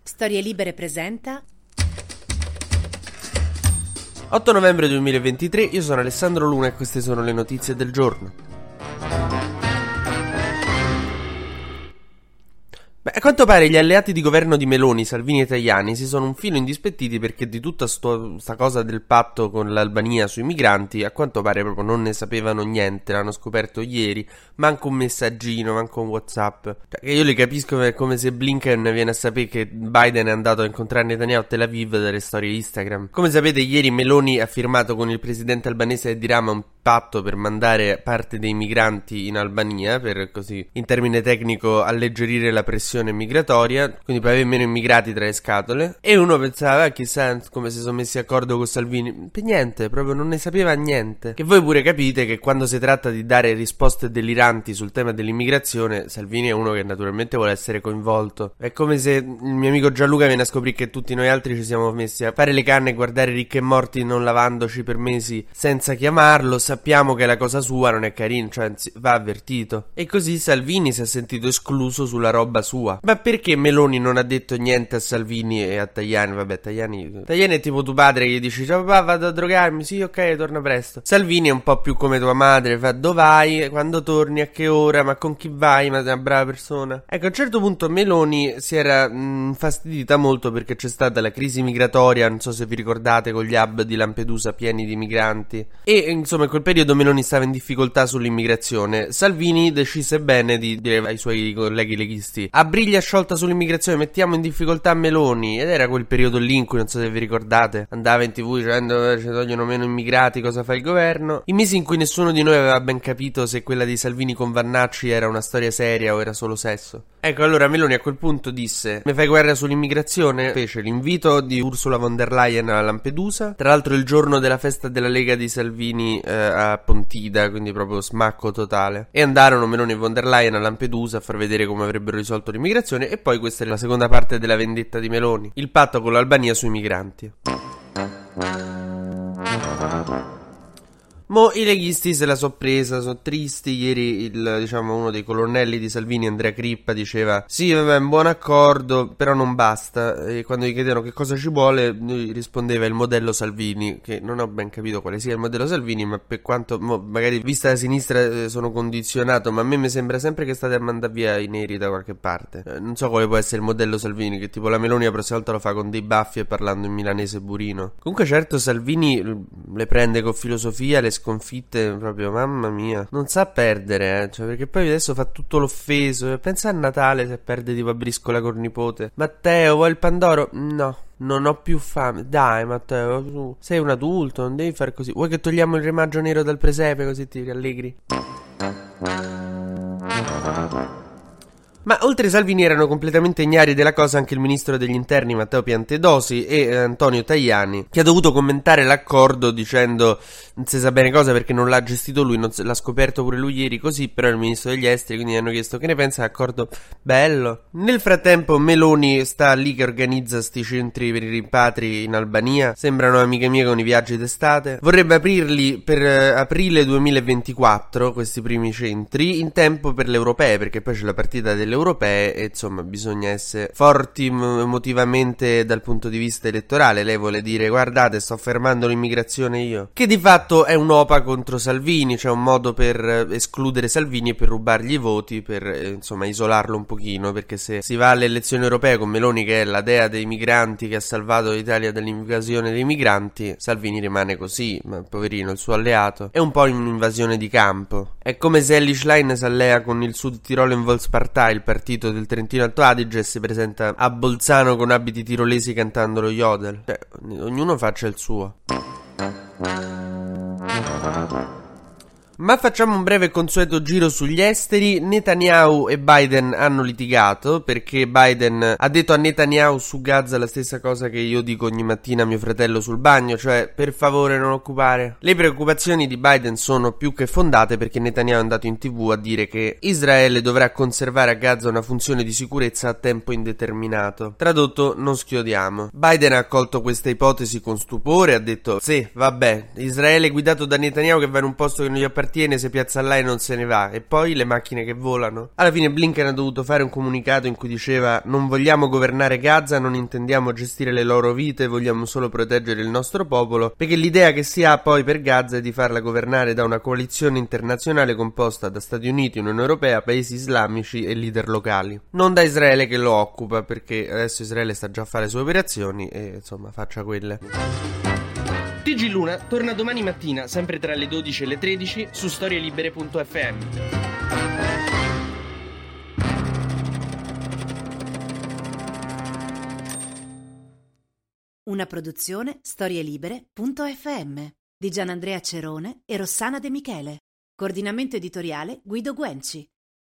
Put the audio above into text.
Storie Libere presenta 8 novembre 2023, io sono Alessandro Luna e queste sono le notizie del giorno. A quanto pare gli alleati di governo di Meloni, Salvini e Tajani si sono un filo indispettiti perché di tutta sta cosa del patto con l'Albania sui migranti a quanto pare proprio non ne sapevano niente, l'hanno scoperto ieri, manco un messaggino, manco un WhatsApp. Cioè, io li capisco, è come se Blinken viene a sapere che Biden è andato a incontrare Netanyahu a Tel Aviv dalle storie Instagram. Come sapete, ieri Meloni ha firmato con il presidente albanese Edi Rama un patto per mandare parte dei migranti in Albania, per così in termine tecnico alleggerire la pressione migratoria, quindi per avere meno immigrati tra le scatole. E uno pensava, chissà come si sono messi d'accordo con Salvini. Per niente, proprio non ne sapeva niente. Che voi pure capite che quando si tratta di dare risposte deliranti sul tema dell'immigrazione, Salvini è uno che naturalmente vuole essere coinvolto. È come se il mio amico Gianluca viene a scoprire che tutti noi altri ci siamo messi a fare le canne e guardare Ricchi e Morti non lavandoci per mesi senza chiamarlo. Sappiamo che la cosa sua non è carina, cioè va avvertito. E così Salvini si è sentito escluso sulla roba sua. Ma perché Meloni non ha detto niente a Salvini e a Tajani? Vabbè, Tajani è tipo tuo padre che gli dici ciao papà, vado a drogarmi, sì ok, torna presto. Salvini è un po' più come tua madre, fa dove vai, quando torni, a che ora, ma con chi vai, ma sei una brava persona. Ecco, a un certo punto Meloni si era infastidita molto perché c'è stata la crisi migratoria, non so se vi ricordate, con gli hub di Lampedusa pieni di migranti. E insomma in quel periodo Meloni stava in difficoltà sull'immigrazione. Salvini decise bene di dire ai suoi colleghi leghisti: a briglia sciolta sull'immigrazione, mettiamo in difficoltà Meloni. Ed era quel periodo lì in cui, non so se vi ricordate, andava in TV dicendo ci togliono meno immigrati, cosa fa il governo. I mesi in cui nessuno di noi aveva ben capito se quella di Salvini con Vannacci era una storia seria o era solo sesso. Ecco, allora Meloni a quel punto disse: mi fai guerra sull'immigrazione? Fece l'invito di Ursula von der Leyen a Lampedusa, tra l'altro il giorno della festa della Lega di Salvini a Pontida, quindi proprio smacco totale. E andarono Meloni e von der Leyen a Lampedusa a far vedere come avrebbero risolto l'immigrazione. E poi questa è la seconda parte della vendetta di Meloni: il patto con l'Albania sui migranti. Mo' i leghisti se la so presa, sono tristi. Ieri uno dei colonnelli di Salvini, Andrea Crippa, diceva sì vabbè, un buon accordo, però non basta. E quando gli chiedevano che cosa ci vuole, lui rispondeva il modello Salvini, che non ho ben capito quale sia il modello Salvini, ma per quanto magari vista da sinistra sono condizionato, ma a me mi sembra sempre che state a mandare via i neri da qualche parte. Non so quale può essere il modello Salvini, che tipo la Meloni la prossima volta lo fa con dei baffi e parlando in milanese burino. Comunque certo Salvini le prende con filosofia, le sconfitte proprio, mamma mia, non sa perdere, cioè, perché poi adesso fa tutto l'offeso. Pensa a Natale se perde tipo a briscola col nipote. Matteo, vuoi il pandoro? No, non ho più fame. Dai Matteo, tu sei un adulto, non devi fare così. Vuoi che togliamo il remaggio nero dal presepe così ti rallegri? Ma oltre Salvini erano completamente ignari della cosa anche il ministro degli interni Matteo Piantedosi e Antonio Tajani, che ha dovuto commentare l'accordo dicendo non si sa bene cosa perché non l'ha gestito lui, l'ha scoperto pure lui ieri così, però è il ministro degli esteri, quindi gli hanno chiesto che ne pensa dell'accordo. Bello. Nel frattempo Meloni sta lì che organizza sti centri per i rimpatri in Albania, sembrano amiche mie con i viaggi d'estate. Vorrebbe aprirli per aprile 2024 questi primi centri, in tempo per le europee, perché poi c'è la partita delle europee e insomma bisogna essere forti emotivamente dal punto di vista elettorale. Lei vuole dire guardate, sto fermando l'immigrazione io, che di fatto è un'opa contro Salvini, cioè un modo per escludere Salvini e per rubargli i voti, per insomma isolarlo un pochino, perché se si va alle elezioni europee con Meloni che è la dea dei migranti, che ha salvato l'Italia dall'invasione dei migranti, Salvini rimane così, ma poverino il suo alleato è un po' in un'invasione di campo. È come se Elly Schlein si allea con il Sud Tirolo in Volkspartei, il partito del Trentino Alto Adige, e si presenta a Bolzano con abiti tirolesi cantando lo yodel. Cioè, ognuno faccia il suo. Ma facciamo un breve e consueto giro sugli esteri. Netanyahu e Biden hanno litigato perché Biden ha detto a Netanyahu su Gaza la stessa cosa che io dico ogni mattina a mio fratello sul bagno, cioè per favore non occupare. Le preoccupazioni di Biden sono più che fondate perché Netanyahu è andato in TV a dire che Israele dovrà conservare a Gaza una funzione di sicurezza a tempo indeterminato. Tradotto, non schiodiamo. Biden ha accolto questa ipotesi con stupore, ha detto sì, vabbè, Israele guidato da Netanyahu che va in un posto che non gli appartiene appartiene se piazza là e non se ne va, e poi le macchine che volano. Alla fine Blinken ha dovuto fare un comunicato in cui diceva: non vogliamo governare Gaza, non intendiamo gestire le loro vite, vogliamo solo proteggere il nostro popolo, perché l'idea che si ha poi per Gaza è di farla governare da una coalizione internazionale composta da Stati Uniti, Unione Europea, paesi islamici e leader locali. Non da Israele, che lo occupa, perché adesso Israele sta già a fare le sue operazioni e insomma faccia quelle. TG Luna torna domani mattina, sempre tra le 12 e le 13, su storielibere.fm. Una produzione storielibere.fm di Gianandrea Cerone e Rossana De Michele. Coordinamento editoriale Guido Guenci.